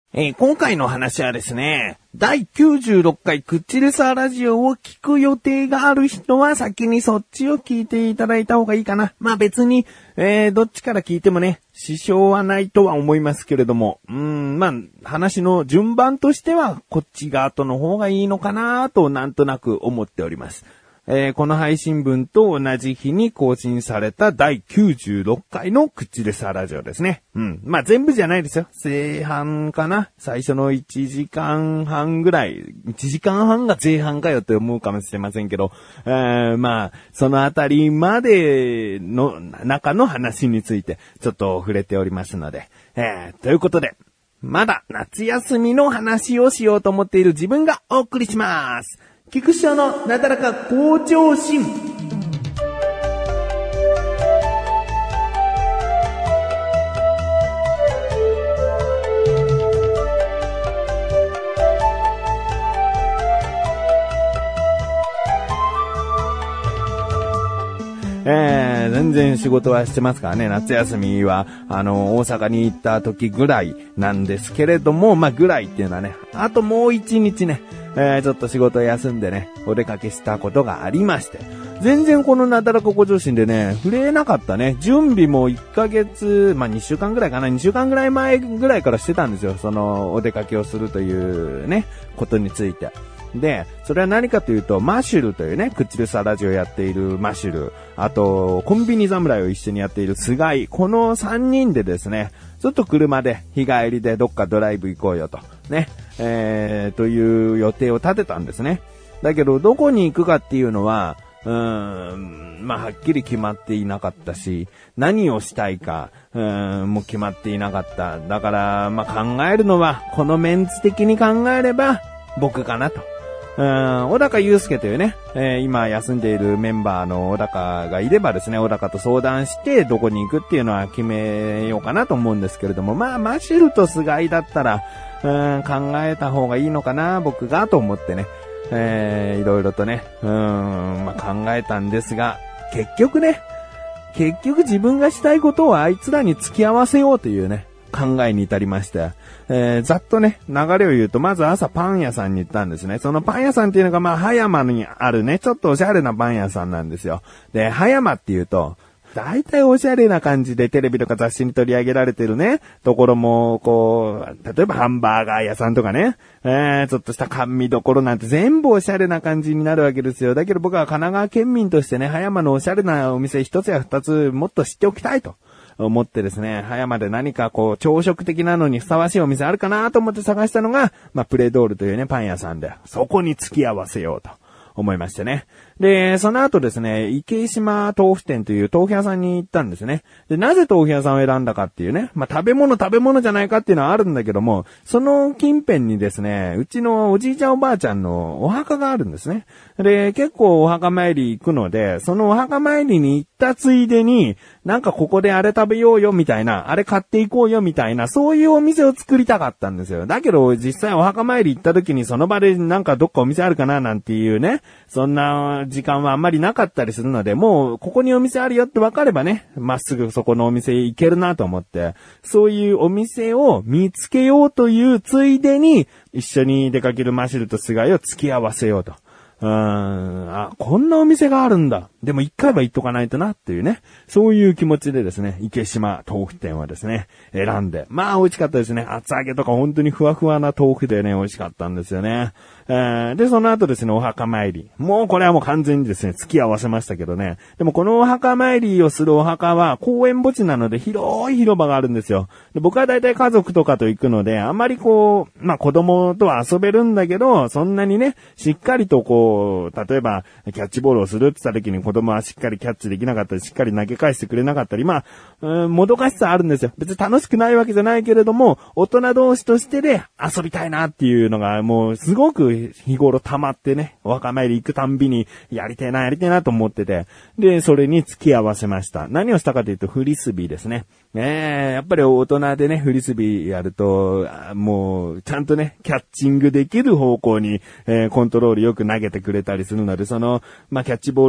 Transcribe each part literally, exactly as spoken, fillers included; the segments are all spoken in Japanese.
えー、今回の話はですね、だいきゅうじゅうろっかいクッチレサーラジオを聞く予定がある人は先にそっちを聞いていただいた方がいいかな。まあ別に、えー、どっちから聞いてもね、支障はないとは思いますけれども、うーん、まあ話の順番としてはこっち側との方がいいのかなとなんとなく思っております。えー、この配信分と同じ日に更新されただいきゅうじゅうろっかいのクッチレサーラジオですね。うん。まあ、全部じゃないですよ。前半かな。最初のいちじかんはんぐらい。いちじかんはんが前半かよって思うかもしれませんけど、えー、まあ、そのあたりまでの中の話についてちょっと触れておりますので。えー、ということで、まだ夏休みの話をしようと思っている自分がお送りします。菊師匠のなだらか向上心。えー、全然仕事はしてますからね。夏休みは、あの、大阪に行った時ぐらいなんですけれども、まあ、ぐらいっていうのはね、あともう一日ね、えー、ちょっと仕事休んでね、お出かけしたことがありまして、全然このなだらか向上心でね、触れなかったね。準備もいっかげつ、まあ、にしゅうかんぐらいかな、にしゅうかんぐらい前ぐらいからしてたんですよ。その、お出かけをするというね、ことについて。で、それは何かというと、マシュルというね、クッチレサーラジオやっているマシュル、あと、コンビニ侍を一緒にやっている菅井、このさんにんでですね、ちょっと車で日帰りでどっかドライブ行こうよと、ね、えー、という予定を立てたんですね。だけど、どこに行くかっていうのは、うーん、まあ、はっきり決まっていなかったし、何をしたいか、うーん、もう決まっていなかった。だから、まあ、考えるのは、このメンツ的に考えれば、僕かなと。うん、小高祐介というね、えー、今休んでいるメンバーの小高がいればですね、小高と相談してどこに行くっていうのは決めようかなと思うんですけれども、まあ、マシュルと菅井だったら、うん、考えた方がいいのかな、僕がと思ってね、えー、いろいろとね、うん、まあ、考えたんですが、結局ね、結局自分がしたいことをあいつらに付き合わせようというね、考えに至りました。えー、ざっとね、流れを言うと、まず朝パン屋さんに行ったんですね。そのパン屋さんっていうのが、まあ、葉山にあるね、ちょっとおしゃれなパン屋さんなんですよ。で、葉山っていうと、大体おしゃれな感じでテレビとか雑誌に取り上げられてるね、ところも、こう、例えばハンバーガー屋さんとかね、えー、ちょっとした甘味どころなんて全部おしゃれな感じになるわけですよ。だけど僕は神奈川県民としてね、葉山のおしゃれなお店一つや二つもっと知っておきたいと。思ってですね、葉山で何かこう、朝食的なのにふさわしいお店あるかなと思って探したのが、まあ、プレドールというね、パン屋さんで、そこに付き合わせようと思いましてね。で、その後ですね、池島豆腐店という豆腐屋さんに行ったんですね。で、なぜ豆腐屋さんを選んだかっていうね、まあ、食べ物食べ物じゃないかっていうのはあるんだけども、その近辺にですね、うちのおじいちゃんおばあちゃんのお墓があるんですね。で、結構お墓参り行くので、そのお墓参りに行ったついでに、なんかここであれ食べようよみたいな、あれ買っていこうよみたいな、そういうお店を作りたかったんですよ。だけど実際お墓参り行った時にその場でなんかどっかお店あるかななんていうね、そんな時間はあんまりなかったりするので、もうここにお店あるよって分かればね、まっすぐそこのお店行けるなと思って、そういうお店を見つけようというついでに、一緒に出かけるマシュルと菅井を付き合わせようと。うーん、あ、こんなお店があるんだ。でも一回は行っとかないとなっていうね。そういう気持ちでですね、池島豆腐店はですね、選んで。まあ美味しかったですね。厚揚げとか本当にふわふわな豆腐でね、美味しかったんですよね。えー、で、その後ですね、お墓参り。もうこれはもう完全にですね、付き合わせましたけどね。でもこのお墓参りをするお墓は公園墓地なので広い広場があるんですよ。で、僕は大体家族とかと行くので、あんまりこう、まあ子供とは遊べるんだけど、そんなにね、しっかりとこう、例えばキャッチボールをするって言った時に子供はしっかりキャッチできなかったり、しっかり投げ返してくれなかったり、まあ、うん、もどかしさあるんですよ。別に楽しくないわけじゃないけれども、大人同士としてで遊びたいなっていうのがもうすごく日頃溜まってね、お墓参り行くたんびにやりてえなやりてえなと思ってて、で、それに付き合わせました。何をしたかというとフリスビーですね。ねえ、やっぱり大人でね、フリスビーやると、もう、ちゃんとね、キャッチングできる方向に、えー、コントロールよく投げてくれたりするので、その、まあ、キャッチボール的な考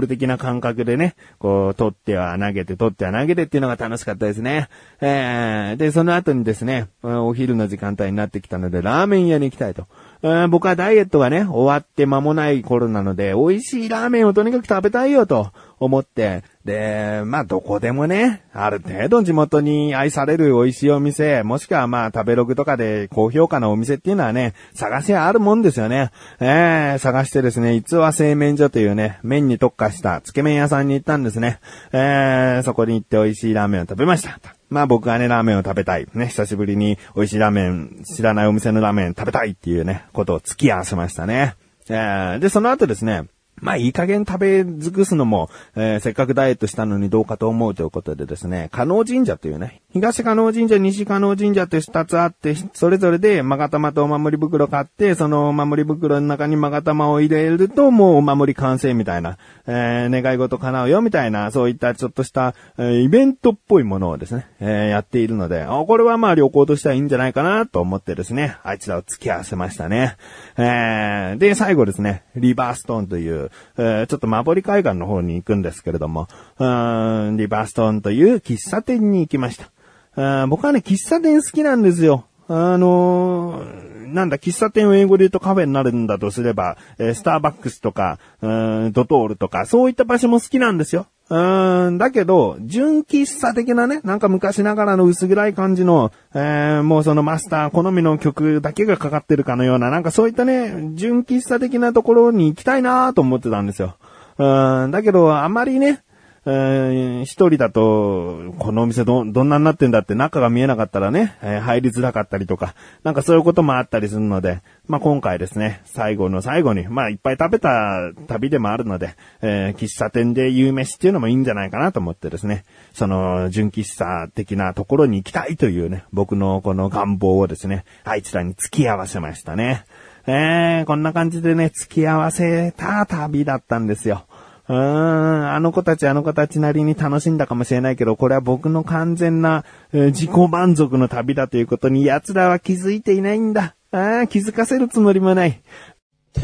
感覚でね、こう、取っては投げて、取っては投げてっていうのが楽しかったですね。えー、で、その後にですね、お昼の時間帯になってきたので、ラーメン屋に行きたいと。僕はダイエットがね、終わって間もない頃なので、美味しいラーメンをとにかく食べたいよと思って、で、まあどこでもね、ある程度地元に愛される美味しいお店、もしくはまあ食べログとかで高評価のお店っていうのはね、探しあるもんですよね。えー、探してですね、逸話製麺所というね、麺に特化したつけ麺屋さんに行ったんですね。えー、そこに行って美味しいラーメンを食べました。まあ僕はね、ラーメンを食べたい。ね、久しぶりに美味しいラーメン、知らないお店のラーメン食べたいっていうね、ことを付き合わせましたね。えー、で、その後ですね、まあいい加減食べ尽くすのも、えー、せっかくダイエットしたのにどうかと思うということでですね、加納神社というね、東加納神社、西加納神社って二つあって、それぞれで勾玉とお守り袋買って、そのお守り袋の中に勾玉を入れるともうお守り完成みたいな、えー、願い事叶うよみたいな、そういったちょっとした、えー、イベントっぽいものをですね、えー、やっているので、あ、これはまあ旅行としてはいいんじゃないかなと思ってですね、あいつらを付き合わせましたね。えー、で、最後ですね、リバーストーンという、えー、ちょっとマボリ海岸の方に行くんですけれども、うーん、リバーストーンという喫茶店に行きました。あ、僕はね、喫茶店好きなんですよ。あのー、なんだ、喫茶店を英語で言うとカフェになるんだとすれば、えー、スターバックスとか、うーん、ドトールとか、そういった場所も好きなんですよ。うーん、だけど、純喫茶的なね、なんか昔ながらの薄暗い感じの、えー、もうそのマスター好みの曲だけがかかってるかのような、なんかそういったね、純喫茶的なところに行きたいなと思ってたんですよ。うーん、だけど、あまりね、えー、一人だと、このお店ど、どんなになってんだって中が見えなかったらね、えー、入りづらかったりとか、なんかそういうこともあったりするので、まあ、今回ですね、最後の最後に、まあ、いっぱい食べた旅でもあるので、えー、喫茶店で夕飯っていうのもいいんじゃないかなと思ってですね、その、純喫茶的なところに行きたいというね、僕のこの願望をですね、あいつらに付き合わせましたね。えー、こんな感じでね、付き合わせた旅だったんですよ。うーん、あの子たちあの子たちなりに楽しんだかもしれないけど、これは僕の完全な、えー、自己満足の旅だということに奴らは気づいていないんだ。あー、気づかせるつもりもない。 帰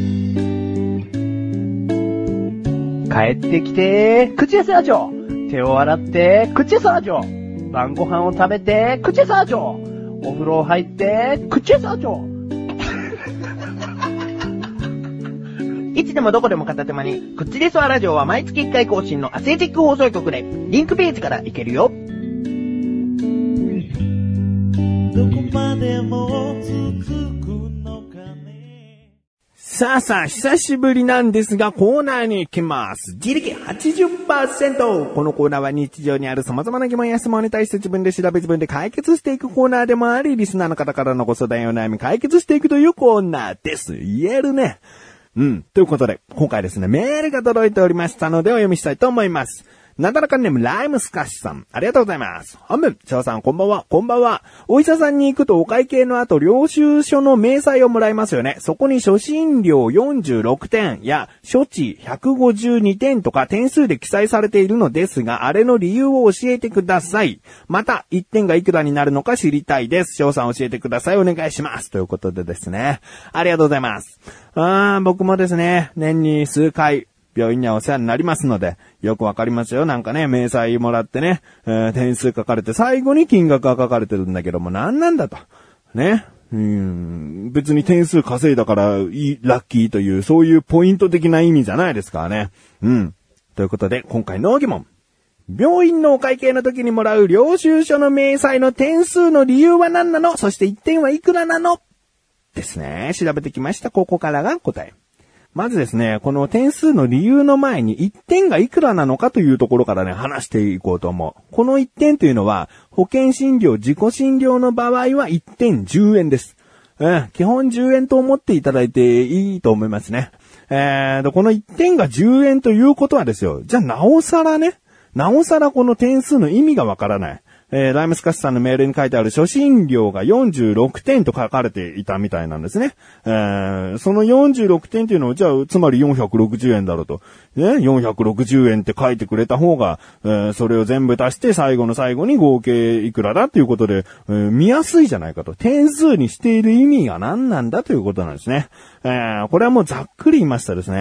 ってきて、口餌ラジオ。手を洗って、口餌ラジオ。晩ご飯を食べて、口餌ラジオ。お風呂入って、口餌ラジオ。いつでもどこでも片手間に、口でそわラジオは毎月いっかい更新のアスレチック放送局で、リンクページから行けるよ。 どこまでも続くのかね。さあさあ、久しぶりなんですが、コーナーに行きます。自力 はちじゅっパーセント。このコーナーは日常にある様々な疑問や質問に対して自分で調べ自分で解決していくコーナーでもあり、リスナーの方からのご相談やお悩み解決していくというコーナーです。言えるね。うん。ということで、今回ですね、メールが届いておりましたのでお読みしたいと思います。なだらかネームライムスカッシュさん。ありがとうございます。本文、翔さんこんばんは、こんばんは。お医者さんに行くとお会計の後、領収書の明細をもらいますよね。そこに初診料よんじゅうろくてんや、処置ひゃくごじゅうにてんとか点数で記載されているのですが、あれの理由を教えてください。また、いってんがいくらになるのか知りたいです。翔さん教えてください。お願いします。ということでですね。ありがとうございます。あー、僕もですね、年に数回、病院にはお世話になりますので、よくわかりますよ。なんかね、明細もらってね、えー、点数書かれて、最後に金額が書かれてるんだけども、なんなんだと。ね。うーん、別に点数稼いだからいい、ラッキーという、そういうポイント的な意味じゃないですからね。うん。ということで、今回の疑問。病院のお会計の時にもらう領収書の明細の点数の理由は何なの？そしていってんはいくらなの？ですね。調べてきました。ここからが答え。まずですね、この点数の理由の前にいってんがいくらなのかというところからね、話していこうと思う。このいってんというのは、保険診療、自己診療の場合はいってんじゅうえんです。うん、基本じゅうえんと思っていただいていいと思いますね。えーと、このいってんがじゅうえんということはですよ、じゃあなおさらね、なおさらこの点数の意味がわからない。えー、ライムスカッシュさんのメールに書いてある初診料がよんじゅうろくてんと書かれていたみたいなんですね。えー、そのよんじゅうろくてんというのを、じゃあ、つまりよんひゃくろくじゅうえんだろうと。ね、よんひゃくろくじゅうえんって書いてくれた方が、えー、それを全部足して最後の最後に合計いくらだということで、えー、見やすいじゃないかと。点数にしている意味が何なんだということなんですね。えー、これはもうざっくり言いましたですね。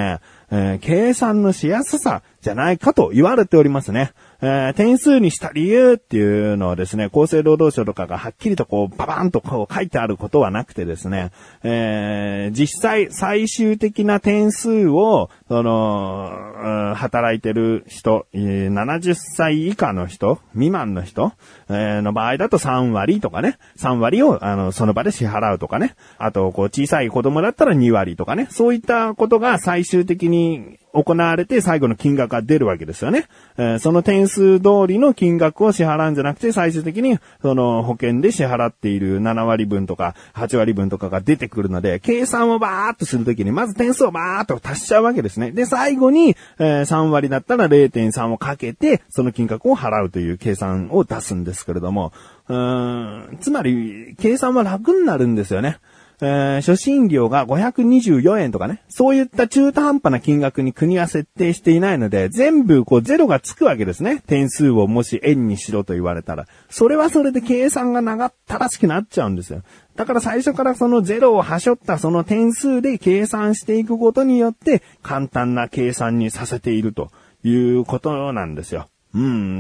えー、計算のしやすさじゃないかと言われておりますね。えー、点数にした理由っていうのはですね、厚生労働省とかがはっきりとこう、ババーンとこう書いてあることはなくてですね、えー、実際最終的な点数を、その、働いてる人、ななじゅっさい以下の人、未満の人、えー、の場合だとさんわりとかね、さんわりをあのその場で支払うとかね、あとこう小さい子供だったらにわりとかね、そういったことが最終的に行われて最後の金額が出るわけですよね。えー、その点数通りの金額を支払うんじゃなくて、最終的にその保険で支払っているななわりぶんとかはちわりぶんとかが出てくるので、計算をバーっとするときにまず点数をバーっと足しちゃうわけですね。で、最後に、えー、さんわりだったら れいてんさん をかけて、その金額を払うという計算を出すんですけれども、うーん、つまり計算は楽になるんですよね。えー、初診料がごひゃくにじゅうよえんとかね、そういった中途半端な金額に国は設定していないので、全部こうゼロがつくわけですね。点数をもし円にしろと言われたら。それはそれで計算が長ったらしくなっちゃうんですよ。だから最初からそのゼロをはしょったその点数で計算していくことによって、簡単な計算にさせているということなんですよ。うん、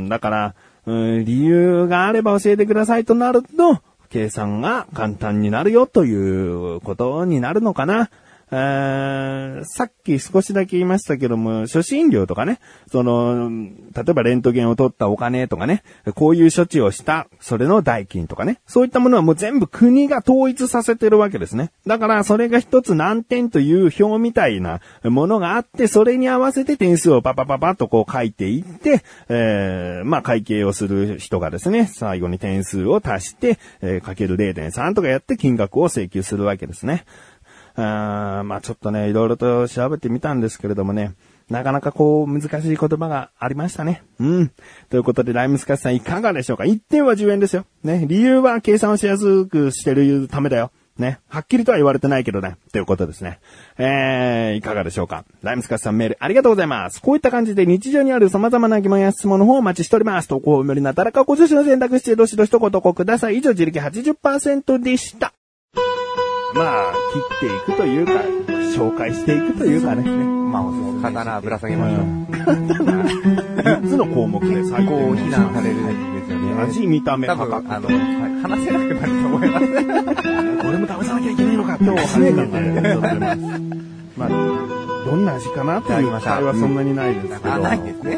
だから、うん、理由があれば教えてくださいとなると、計算が簡単になるよということになるのかな。えー、さっき少しだけ言いましたけども、初診料とかね、その、例えばレントゲンを取ったお金とかね、こういう処置をした、それの代金とかね、そういったものはもう全部国が統一させてるわけですね。だからそれが一つ何点という表みたいなものがあって、それに合わせて点数をパパパパッとこう書いていって、えー、まあ会計をする人がですね、最後に点数を足して、えー、かける れいてんさん とかやって金額を請求するわけですね。あまあちょっとね、いろいろと調べてみたんですけれどもね、なかなかこう難しい言葉がありましたね。うん。ということで、ライムスカッシュさんいかがでしょうか。いってんはじゅうえんですよ。ね。理由は計算をしやすくしてるためだよ。ね。はっきりとは言われてないけどね。ということですね。えー、いかがでしょうか。ライムスカッシュさんメールありがとうございます。こういった感じで日常にある様々な疑問や質問の方をお待ちしております。投稿を無理なだらかご女子の選択肢でどしどしとご投稿ください。以上、自力 はちじゅっパーセント でした。まあ、切っていくというか、紹介していくというかね。 まあ、刀ぶら下げましょう。みっつの項目で最高非難されるんですよね。 味、見た目、 価格。あの、話せなくなると思います。 これも試さなきゃいけないのかと、初めてね。まあ、どんな味かなっていう期待はそんなにないですけど。 あ、ないですね。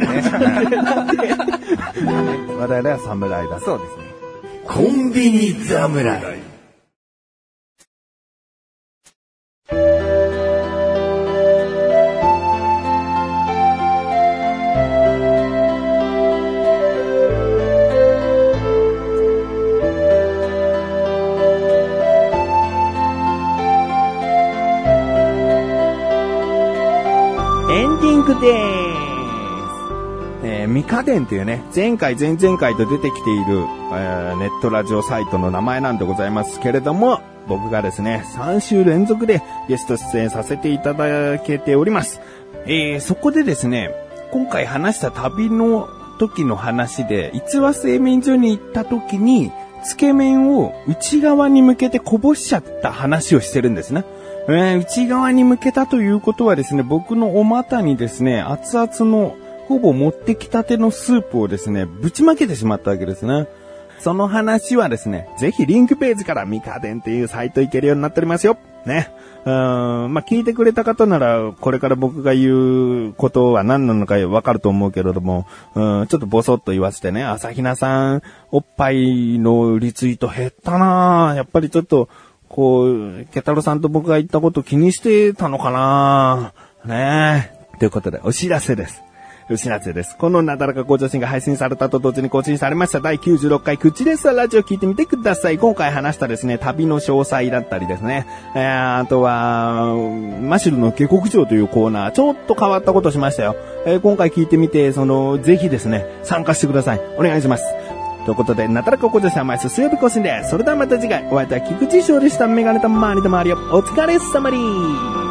我々は侍だ。 そうですね。 コンビニ侍。 エンディングでーす。えー、ミカデンというね、前回前々回と出てきている、えー、ネットラジオサイトの名前なんでございますけれども、僕がですね、さんしゅう連続でゲスト出演させていただけております。えー、そこでですね、今回話した旅の時の話で、逸話製麺所に行った時に、つけ麺を内側に向けてこぼしちゃった話をしてるんですね。えー、内側に向けたということはですね、僕のお股にですね、熱々のほぼ持ってきたてのスープをですね、ぶちまけてしまったわけですね。その話はですね、ぜひリンクページからミカデンっていうサイト行けるようになっておりますよ。ね。うーん、まあ、聞いてくれた方なら、これから僕が言うことは何なのかわかると思うけれども、うん、ちょっとボソッと言わせてね、朝比奈さん、おっぱいのリツイート減ったなぁ。やっぱりちょっと、こう、ケタロさんと僕が言ったこと気にしてたのかなねえ。ということで、お知らせです。お知らせです。このなだらか向上心が配信されたと同時に更新されましただいきゅうじゅうろっかい口レッサーラジオ聞いてみてください。今回話したですね、旅の詳細だったりですね、えー、あとは、マシュルの下克上というコーナー、ちょっと変わったことしましたよ。えー、今回聞いてみて、その、ぜひですね、参加してください。お願いします。ということで、なだらか向上心は毎週水曜日更新です。それではまた次回、お会いいたい菊池翔でした。メガネたまわりとまわりよ。お疲れ様に。